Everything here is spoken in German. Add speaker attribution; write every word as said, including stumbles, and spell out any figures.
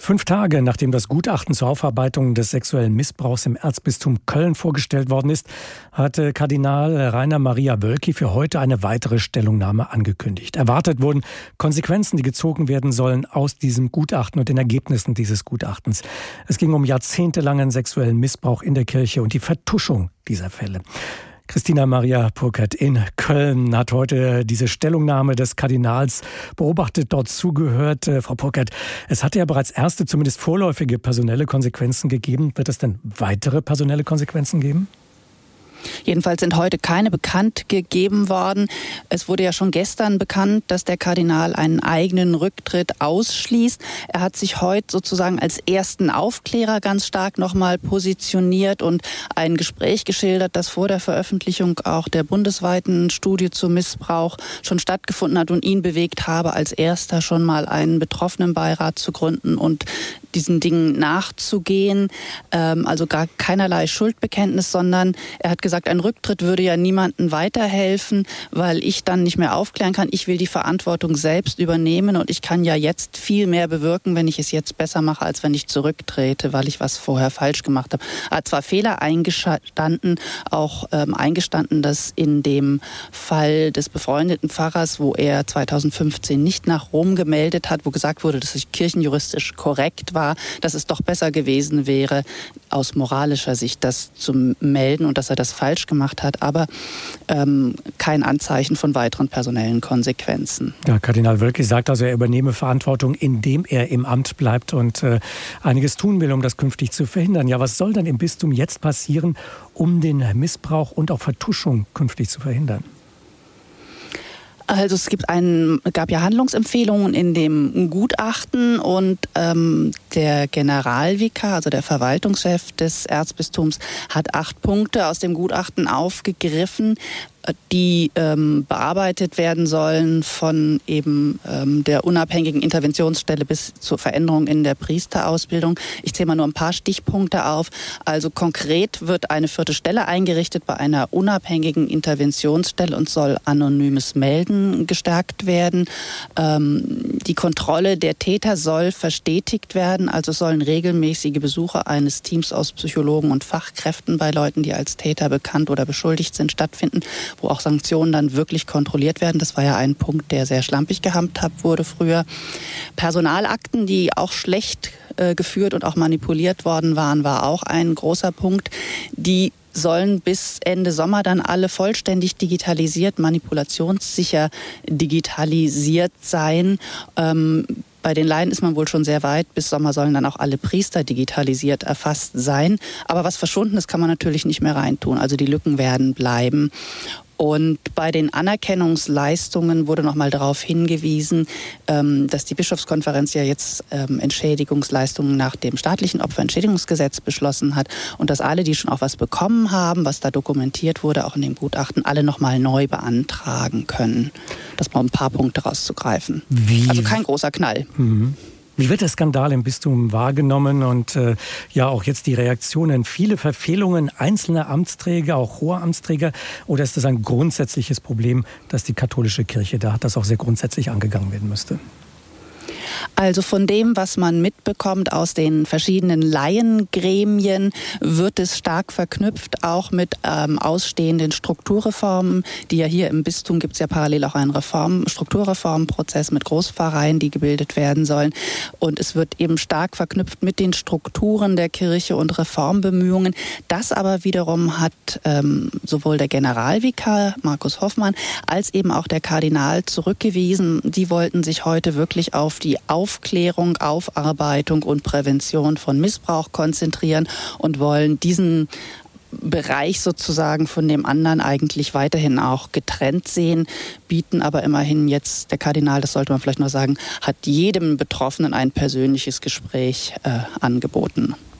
Speaker 1: Fünf Tage nachdem das Gutachten zur Aufarbeitung des sexuellen Missbrauchs im Erzbistum Köln vorgestellt worden ist, hatte Kardinal Rainer Maria Wölki für heute eine weitere Stellungnahme angekündigt. Erwartet wurden Konsequenzen, die gezogen werden sollen aus diesem Gutachten und den Ergebnissen dieses Gutachtens. Es ging um jahrzehntelangen sexuellen Missbrauch in der Kirche und die Vertuschung dieser Fälle. Christina Maria Purkert in Köln hat heute diese Stellungnahme des Kardinals beobachtet, dort zugehört. Frau Purkert, es hatte ja bereits erste, zumindest vorläufige personelle Konsequenzen gegeben. Wird es denn weitere personelle Konsequenzen geben?
Speaker 2: Jedenfalls sind heute keine bekannt gegeben worden. Es wurde ja schon gestern bekannt, dass der Kardinal einen eigenen Rücktritt ausschließt. Er hat sich heute sozusagen als ersten Aufklärer ganz stark nochmal positioniert und ein Gespräch geschildert, das vor der Veröffentlichung auch der bundesweiten Studie zum Missbrauch schon stattgefunden hat und ihn bewegt habe, als erster schon mal einen Betroffenenbeirat zu gründen und diesen Dingen nachzugehen. Ähm, also gar keinerlei Schuldbekenntnis, sondern er hat gesagt, ein Rücktritt würde ja niemandem weiterhelfen, weil ich dann nicht mehr aufklären kann. Ich will die Verantwortung selbst übernehmen und ich kann ja jetzt viel mehr bewirken, wenn ich es jetzt besser mache, als wenn ich zurücktrete, weil ich was vorher falsch gemacht habe. Er hat zwar Fehler eingestanden, auch ähm, eingestanden, dass in dem Fall des befreundeten Pfarrers, wo er zweitausendfünfzehn nicht nach Rom gemeldet hat, wo gesagt wurde, dass es kirchenjuristisch korrekt war, dass es doch besser gewesen wäre, aus moralischer Sicht das zu melden und dass er das falsch gemacht hat, aber ähm, kein Anzeichen von weiteren personellen Konsequenzen.
Speaker 1: Ja, Kardinal Wölki sagt also, er übernehme Verantwortung, indem er im Amt bleibt und äh, einiges tun will, um das künftig zu verhindern. Ja, was soll denn im Bistum jetzt passieren, um den Missbrauch und auch Vertuschung künftig zu verhindern?
Speaker 2: Also es gibt einen, gab ja Handlungsempfehlungen in dem Gutachten und ähm, der Generalvikar, also der Verwaltungschef des Erzbistums, hat acht Punkte aus dem Gutachten aufgegriffen, die ähm, bearbeitet werden sollen von eben ähm, der unabhängigen Interventionsstelle bis zur Veränderung in der Priesterausbildung. Ich zähle mal nur ein paar Stichpunkte auf. Also konkret wird eine vierte Stelle eingerichtet bei einer unabhängigen Interventionsstelle und soll anonymes Melden gestärkt werden. Ähm, die Kontrolle der Täter soll verstetigt werden. Also sollen regelmäßige Besuche eines Teams aus Psychologen und Fachkräften bei Leuten, die als Täter bekannt oder beschuldigt sind, stattfinden, wo auch Sanktionen dann wirklich kontrolliert werden. Das war ja ein Punkt, der sehr schlampig gehandhabt wurde früher. Personalakten, die auch schlecht äh, geführt und auch manipuliert worden waren, war auch ein großer Punkt. Die sollen bis Ende Sommer dann alle vollständig digitalisiert, manipulationssicher digitalisiert sein. Ähm, Bei den Laien ist man wohl schon sehr weit. Bis Sommer sollen dann auch alle Priester digitalisiert erfasst sein. Aber was verschwunden ist, kann man natürlich nicht mehr reintun. Also die Lücken werden bleiben. Und bei den Anerkennungsleistungen wurde nochmal darauf hingewiesen, dass die Bischofskonferenz ja jetzt Entschädigungsleistungen nach dem staatlichen Opferentschädigungsgesetz beschlossen hat und dass alle, die schon auch was bekommen haben, was da dokumentiert wurde, auch in dem Gutachten, alle nochmal neu beantragen können. Das mal ein paar Punkte rauszugreifen.
Speaker 1: Wie?
Speaker 2: Also kein großer Knall.
Speaker 1: Mhm. Wie wird der Skandal im Bistum wahrgenommen und äh, ja auch jetzt die Reaktionen? Viele Verfehlungen einzelner Amtsträger, auch hoher Amtsträger? Oder ist das ein grundsätzliches Problem, das die katholische Kirche da hat, das auch sehr grundsätzlich angegangen werden müsste?
Speaker 2: Also von dem, was man mitbekommt aus den verschiedenen Laiengremien, wird es stark verknüpft, auch mit ähm, ausstehenden Strukturreformen, die ja hier im Bistum gibt es ja parallel auch einen Reform, Strukturreformprozess mit Großpfarreien, die gebildet werden sollen. Und es wird eben stark verknüpft mit den Strukturen der Kirche und Reformbemühungen. Das aber wiederum hat ähm, sowohl der Generalvikar Markus Hoffmann als eben auch der Kardinal zurückgewiesen. Die wollten sich heute wirklich auf die Aufklärung, Aufarbeitung und Prävention von Missbrauch konzentrieren und wollen diesen Bereich sozusagen von dem anderen eigentlich weiterhin auch getrennt sehen, bieten aber immerhin jetzt, der Kardinal, das sollte man vielleicht noch sagen, hat jedem Betroffenen ein persönliches Gespräch äh, angeboten.